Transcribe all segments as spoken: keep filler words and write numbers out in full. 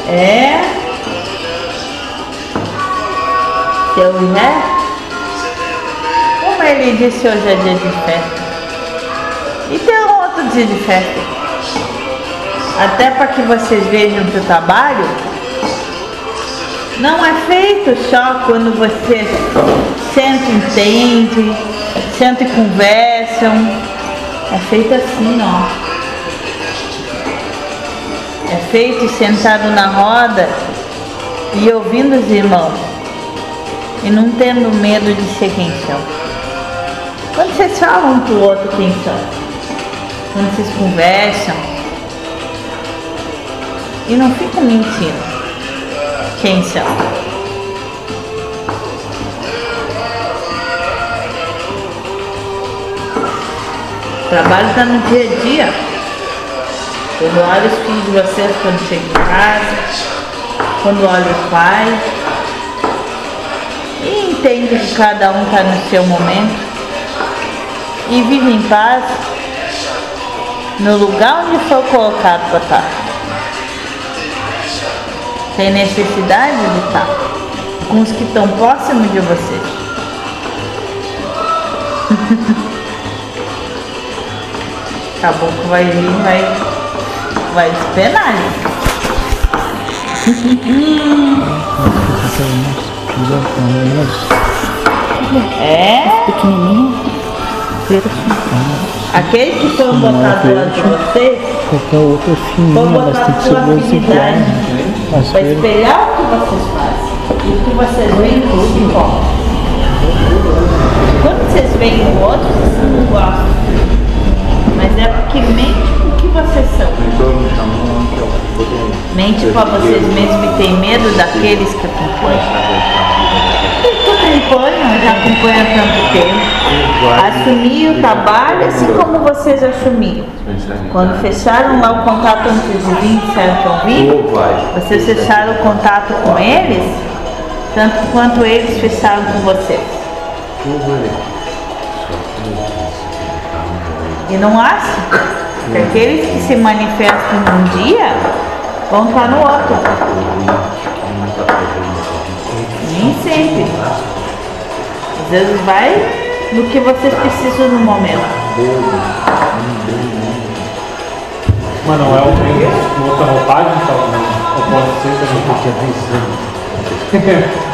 É. Seu né? Como ele disse, hoje é dia de festa. E tem um outro dia de festa. Até para que vocês vejam que o trabalho não é feito só quando vocês sentam e entendem, sentam e conversam. É feito assim, ó. É feito sentado na roda e ouvindo os irmãos. E não tendo medo de ser quem são. Quando vocês falam um pro outro quem são. Quando vocês conversam. E não ficam mentindo quem são. O trabalho está no dia a dia. Quando olho os filhos de vocês quando chegam em casa, quando olho os pais, e entendo que cada um está no seu momento e vive em paz no lugar onde foi colocado para estar. Tem necessidade de estar com os que estão próximos de vocês. Acabou que vai vir, vai, vai despenar. É? Pequenininho. Aqueles que foram botados lá de vocês, qualquer outra fininha, foram mas botados tem que ser pela boa afinidade, mas para espelhar o que vocês fazem. E o que vocês veem tudo importa. Quando vocês veem o outro, vocês não gostam. Mas é porque mente o que vocês são. Mente para vocês mesmos e tem medo daqueles que acompanham. E que acompanham, já acompanham há tanto tempo. Assumir o trabalho assim como vocês assumiram. Quando fecharam lá o contato antes de vir, disseram que iam vir, vocês fecharam o contato com eles, tanto quanto eles fecharam com vocês. E não acham que aqueles que se manifestam num dia vão estar no outro. Nem sempre. Às vezes vai no que vocês precisam no momento. Mas não é o mesmo, outra roupagem, então, ou pode ser que a gente tenha visão.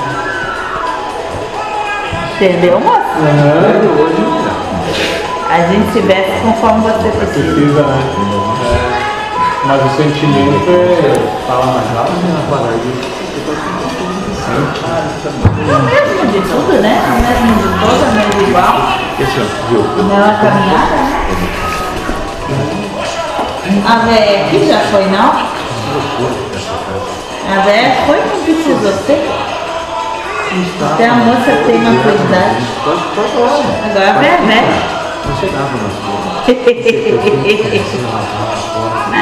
Entendeu, moço? Uhum. A gente se veste conforme você precisa. Precisa, né? É. Mas o sentimento é. Fala mais alto, né? Na quadradinha. É o mesmo de tudo, né? É o mesmo de todo, é o mesmo igual. Não é caminhada, né? A véia aqui já foi, não? A véia foi, não precisou ser. Até a moça tem uma quantidade. Agora a véia é velha.